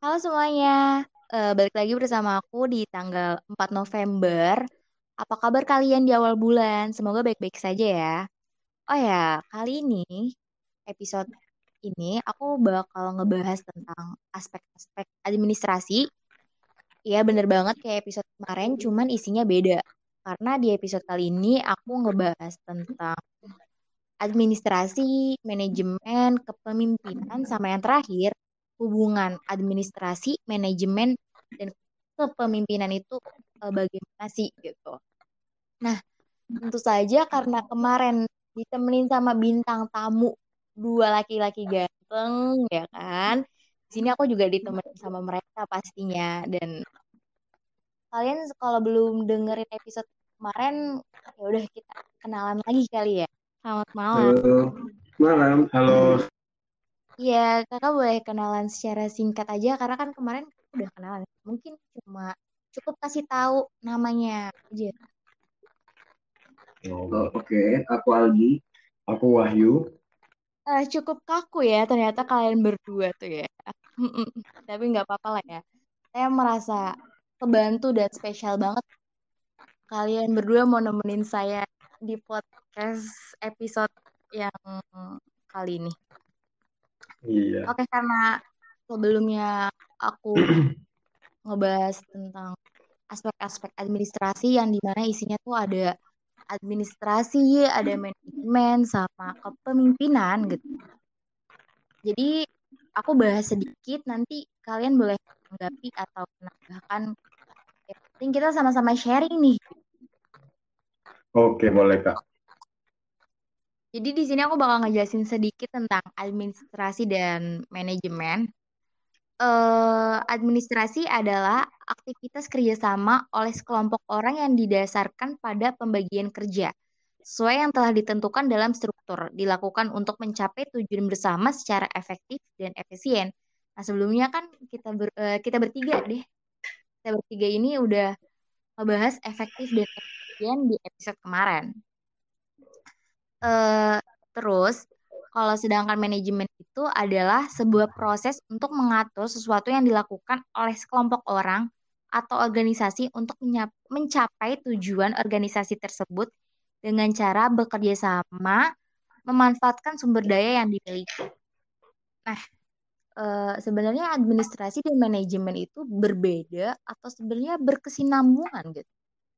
Halo semuanya, balik lagi bersama aku di tanggal 4 November. Apa kabar kalian di awal bulan? Semoga baik-baik saja ya. Oh ya, kali ini, episode ini aku bakal ngebahas tentang aspek-aspek administrasi. Ya bener banget kayak episode kemarin, cuman isinya beda. Karena di episode kali ini aku ngebahas tentang administrasi, manajemen, kepemimpinan, sama yang terakhir, hubungan administrasi, manajemen, dan kepemimpinan itu bagaimana sih gitu. Nah, tentu saja karena kemarin ditemenin sama bintang tamu dua laki-laki ganteng, ya kan? Di sini aku juga ditemenin sama mereka pastinya. Dan kalian kalau belum dengerin episode kemarin, ya udah kita kenalan lagi kali ya. Selamat malam. Halo, malam. Halo. Iya, kakak boleh kenalan secara singkat aja karena kan kemarin udah kenalan. Mungkin cuma cukup kasih tahu namanya aja. Oke. Aku Algi. Aku Wahyu. Cukup kaku ya ternyata kalian berdua tuh ya. Tapi nggak apa-apa lah ya. Saya merasa kebantu dan spesial banget kalian berdua mau nemenin saya di podcast episode yang kali ini. Iya. Oke, karena sebelumnya aku ngebahas tentang aspek-aspek administrasi yang dimana isinya tuh ada administrasi, ada manajemen, sama kepemimpinan gitu. Jadi aku bahas sedikit, nanti kalian boleh menanggapi atau menambahkan. Yang penting kita sama-sama sharing nih. Oke, boleh, Kak. Jadi di sini aku bakal ngejelasin sedikit tentang administrasi dan manajemen. Administrasi adalah aktivitas kerjasama oleh sekelompok orang yang didasarkan pada pembagian kerja sesuai yang telah ditentukan dalam struktur, dilakukan untuk mencapai tujuan bersama secara efektif dan efisien. Nah, sebelumnya kan kita bertiga deh. Kita bertiga ini udah ngebahas efektif dan efisien di episode kemarin. Eh, Terus, kalau sedangkan manajemen itu adalah sebuah proses untuk mengatur sesuatu yang dilakukan oleh sekelompok orang atau organisasi untuk mencapai tujuan organisasi tersebut dengan cara bekerja sama, memanfaatkan sumber daya yang dimiliki. Nah, sebenarnya administrasi dan manajemen itu berbeda atau sebenarnya berkesinambungan gitu.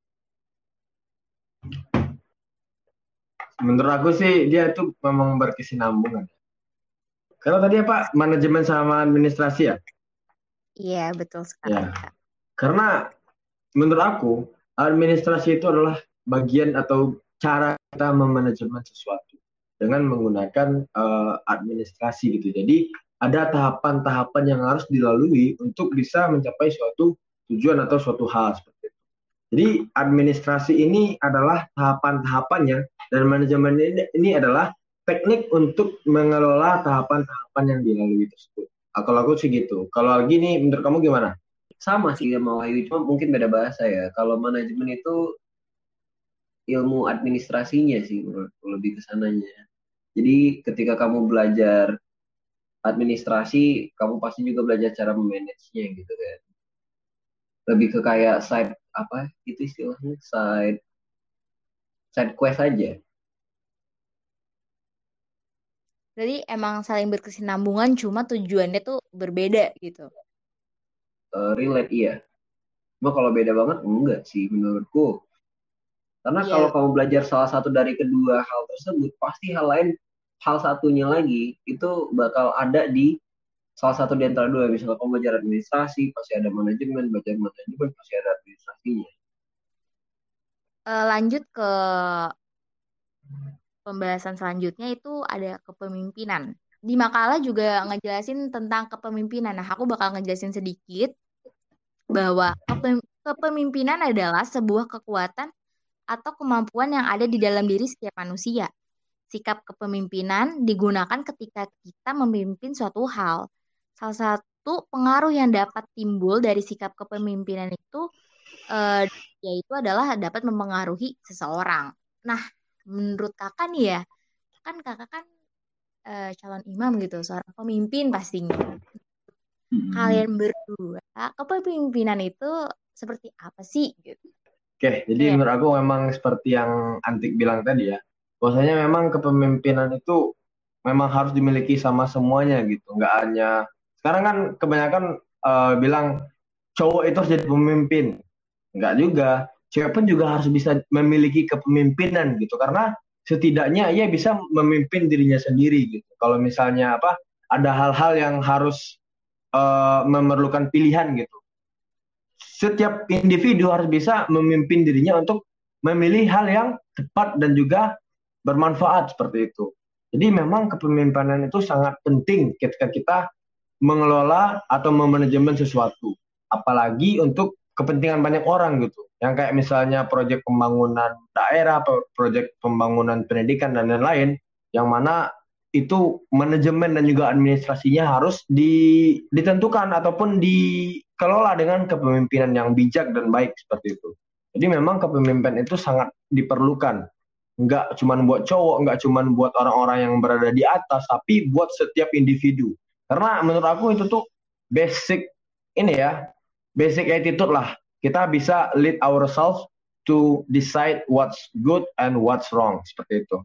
Menurut aku sih dia tuh memang berkesinambungan. Karena tadi apa? Manajemen sama administrasi ya? Iya, betul sekali, Ya. Kak. Karena menurut aku administrasi itu adalah bagian atau cara kita memanajemen sesuatu dengan menggunakan administrasi gitu. Jadi ada tahapan-tahapan yang harus dilalui untuk bisa mencapai suatu tujuan atau suatu hal seperti itu. Jadi administrasi ini adalah tahapan-tahapannya dan manajemen ini adalah teknik untuk mengelola tahapan-tahapan yang dilalui tersebut. Kalau aku sih gitu. Kalau lagi nih menurut kamu gimana? Sama sih sama Wahyu, cuma mungkin beda bahasa ya. Kalau manajemen itu ilmu administrasinya sih menurutku lebih ke sananya. Jadi ketika kamu belajar administrasi, kamu pasti juga belajar cara memanagenya gitu kan. Lebih ke kayak side apa itu istilahnya side quest aja. Jadi emang saling berkesinambungan, cuma tujuannya tuh berbeda gitu. Relate iya. Cuma kalau beda banget enggak sih menurutku. Karena kalau Iya, kamu belajar salah satu dari kedua hal tersebut, pasti hal lain, hal satunya lagi itu bakal ada di salah satu di antara dua. Misalnya kamu belajar administrasi, pasti ada manajemen, belajar manajemen, pasti ada administrasinya. lanjut ke pembahasan selanjutnya itu ada kepemimpinan. Di makalah juga ngejelasin tentang kepemimpinan. Nah, aku bakal ngejelasin sedikit bahwa kepemimpinan adalah sebuah kekuatan atau kemampuan yang ada di dalam diri setiap manusia. Sikap kepemimpinan digunakan ketika kita memimpin suatu hal. Salah satu pengaruh yang dapat timbul dari sikap kepemimpinan itu eh, yaitu adalah dapat mempengaruhi seseorang. Nah, menurut kakak nih ya, kan kakak kan calon imam gitu, seorang pemimpin pastinya. kalian berdua kepemimpinan itu seperti apa sih gitu. Oke, jadi Kayak menurut aku memang seperti yang Antik bilang tadi ya, bahwasanya memang kepemimpinan itu memang harus dimiliki sama semuanya gitu, nggak hanya sekarang kan kebanyakan bilang cowok itu harus jadi pemimpin, nggak juga, cewek pun juga harus bisa memiliki kepemimpinan gitu, karena setidaknya ia bisa memimpin dirinya sendiri gitu. Kalau misalnya apa, ada hal-hal yang harus memerlukan pilihan gitu, setiap individu harus bisa memimpin dirinya untuk memilih hal yang tepat dan juga bermanfaat seperti itu. Jadi memang kepemimpinan itu sangat penting ketika kita mengelola atau memanajemen sesuatu. Apalagi untuk kepentingan banyak orang gitu. Yang kayak misalnya proyek pembangunan daerah, proyek pembangunan pendidikan dan lain-lain, yang mana itu manajemen dan juga administrasinya harus ditentukan ataupun dikelola dengan kepemimpinan yang bijak dan baik seperti itu. Jadi memang kepemimpinan itu sangat diperlukan. Nggak cuma buat cowok, nggak cuma buat orang-orang yang berada di atas, tapi buat setiap individu. Karena menurut aku itu tuh basic ini ya, basic attitude lah. Kita bisa lead ourselves to decide what's good and what's wrong seperti itu.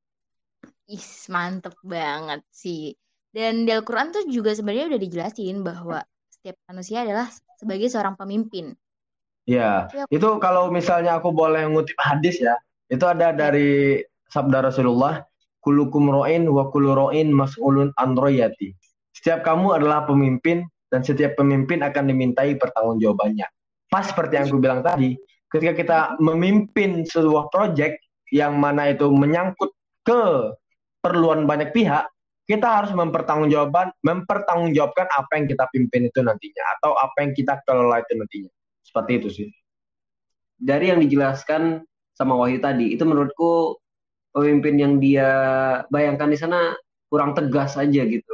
mantep banget sih. Dan di Al-Quran tuh juga sebenarnya udah dijelasin bahwa setiap manusia adalah sebagai seorang pemimpin. Ya, Tapi itu kalau misalnya aku boleh ngutip hadis ya, itu ada ya, dari sabda Rasulullah, kulukum ro'in wa kullu ro'in mas'ulun an royati. Setiap kamu adalah pemimpin dan setiap pemimpin akan dimintai pertanggungjawabannya. Pas seperti yang aku bilang tadi, ketika kita memimpin sebuah proyek yang mana itu menyangkut ke perluan banyak pihak, kita harus mempertanggungjawabkan apa yang kita pimpin itu nantinya atau apa yang kita kelola itu nantinya. Seperti itu sih. Dari yang dijelaskan sama Wahyu tadi, itu menurutku pemimpin yang dia bayangkan di sana kurang tegas aja gitu.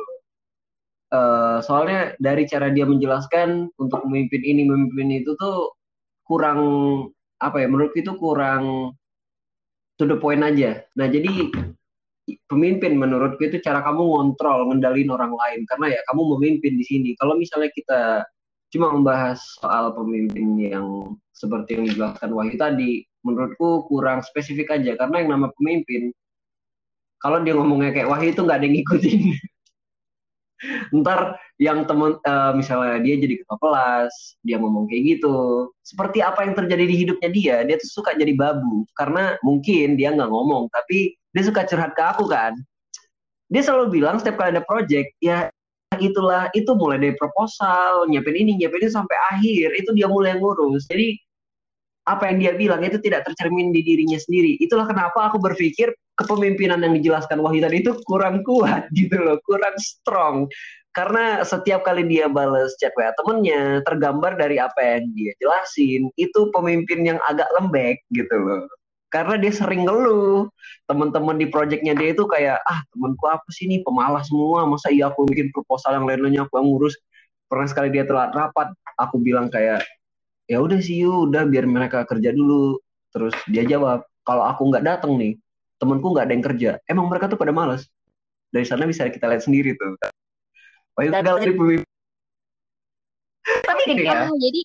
Soalnya dari cara dia menjelaskan untuk memimpin itu tuh kurang apa ya? Menurutku itu kurang to the point aja. Nah jadi pemimpin menurutku itu cara kamu ngontrol, ngendalin orang lain karena ya kamu memimpin di sini. Kalau misalnya kita cuma membahas soal pemimpin yang seperti yang dijelaskan Wahyu tadi, menurutku kurang spesifik aja karena yang nama pemimpin kalau dia ngomongnya kayak Wahyu itu nggak ada yang ngikutin. Ntar yang temen misalnya dia jadi ketua kelas, dia ngomong kayak gitu. Seperti apa yang terjadi di hidupnya dia tuh suka jadi babu karena mungkin dia nggak ngomong tapi dia suka curhat ke aku kan. Dia selalu bilang setiap kali ada project, ya itulah, itu mulai dari proposal, nyiapin ini, nyiapin itu sampai akhir, itu dia mulai ngurus. Jadi apa yang dia bilang itu tidak tercermin di dirinya sendiri. Itulah kenapa aku berpikir kepemimpinan yang dijelaskan Wahyu tadi itu kurang kuat gitu loh, kurang strong. Karena setiap kali dia balas chat WA temennya, tergambar dari apa yang dia jelasin, itu pemimpin yang agak lembek gitu loh. Karena dia sering ngeluh, teman-teman di projectnya dia itu kayak, temanku apa sih ini pemalas semua, masa iya aku bikin proposal yang lain-lainnya aku yang ngurus. Pernah sekali dia telat rapat, aku bilang kayak, ya udah sih udah biar mereka kerja dulu. Terus dia jawab, kalau aku nggak datang nih, temanku nggak ada yang kerja. Emang mereka tuh pada malas. Dari sana bisa kita lihat sendiri tuh. Wah itu gagal dari pemimpin. Tapi gini ya, jadi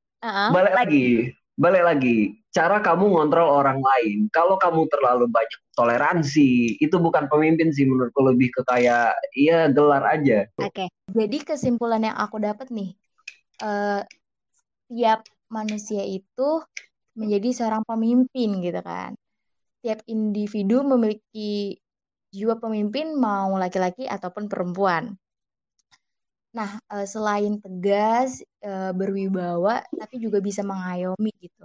balik lagi. Cara kamu ngontrol orang lain. Kalau kamu terlalu banyak toleransi, itu bukan pemimpin sih menurutku, lebih ke kayak, iya gelar aja. Oke. Jadi kesimpulan yang aku dapat nih, tiap manusia itu menjadi seorang pemimpin gitu kan. Tiap individu memiliki jiwa pemimpin mau laki-laki ataupun perempuan. Nah, selain tegas, berwibawa, tapi juga bisa mengayomi gitu.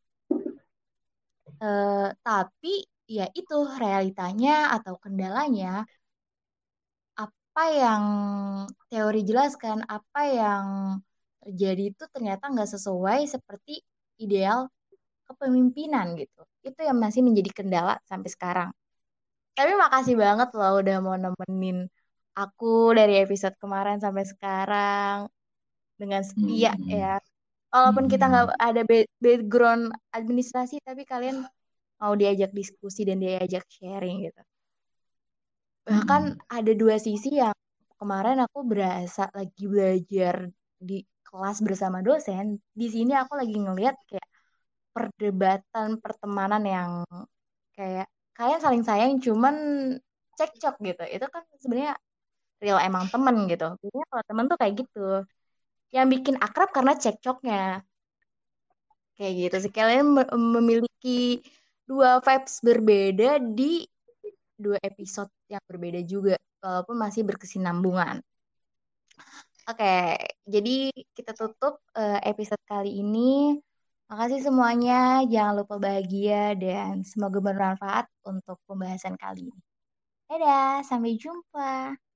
Tapi ya itu realitanya atau kendalanya, apa yang teori jelaskan, apa yang terjadi itu ternyata nggak sesuai seperti ideal kepemimpinan gitu. Itu yang masih menjadi kendala sampai sekarang. Tapi makasih banget loh udah mau nemenin aku dari episode kemarin sampai sekarang dengan setia ya. Walaupun kita nggak ada background administrasi, tapi kalian mau diajak diskusi dan diajak sharing gitu. Bahkan ada dua sisi yang kemarin aku berasa lagi belajar di kelas bersama dosen. Di sini aku lagi ngeliat kayak perdebatan pertemanan yang kayak kalian saling sayang cuman cekcok gitu. Itu kan sebenarnya real emang temen gitu. Biasanya kalau temen tuh kayak gitu. Yang bikin akrab karena cekcoknya. Kayak gitu sih. Kalian memiliki dua vibes berbeda di dua episode yang berbeda juga. Walaupun masih berkesinambungan. Oke, jadi kita tutup episode kali ini. Makasih semuanya. Jangan lupa bahagia dan semoga bermanfaat untuk pembahasan kali ini. Dadah, sampai jumpa.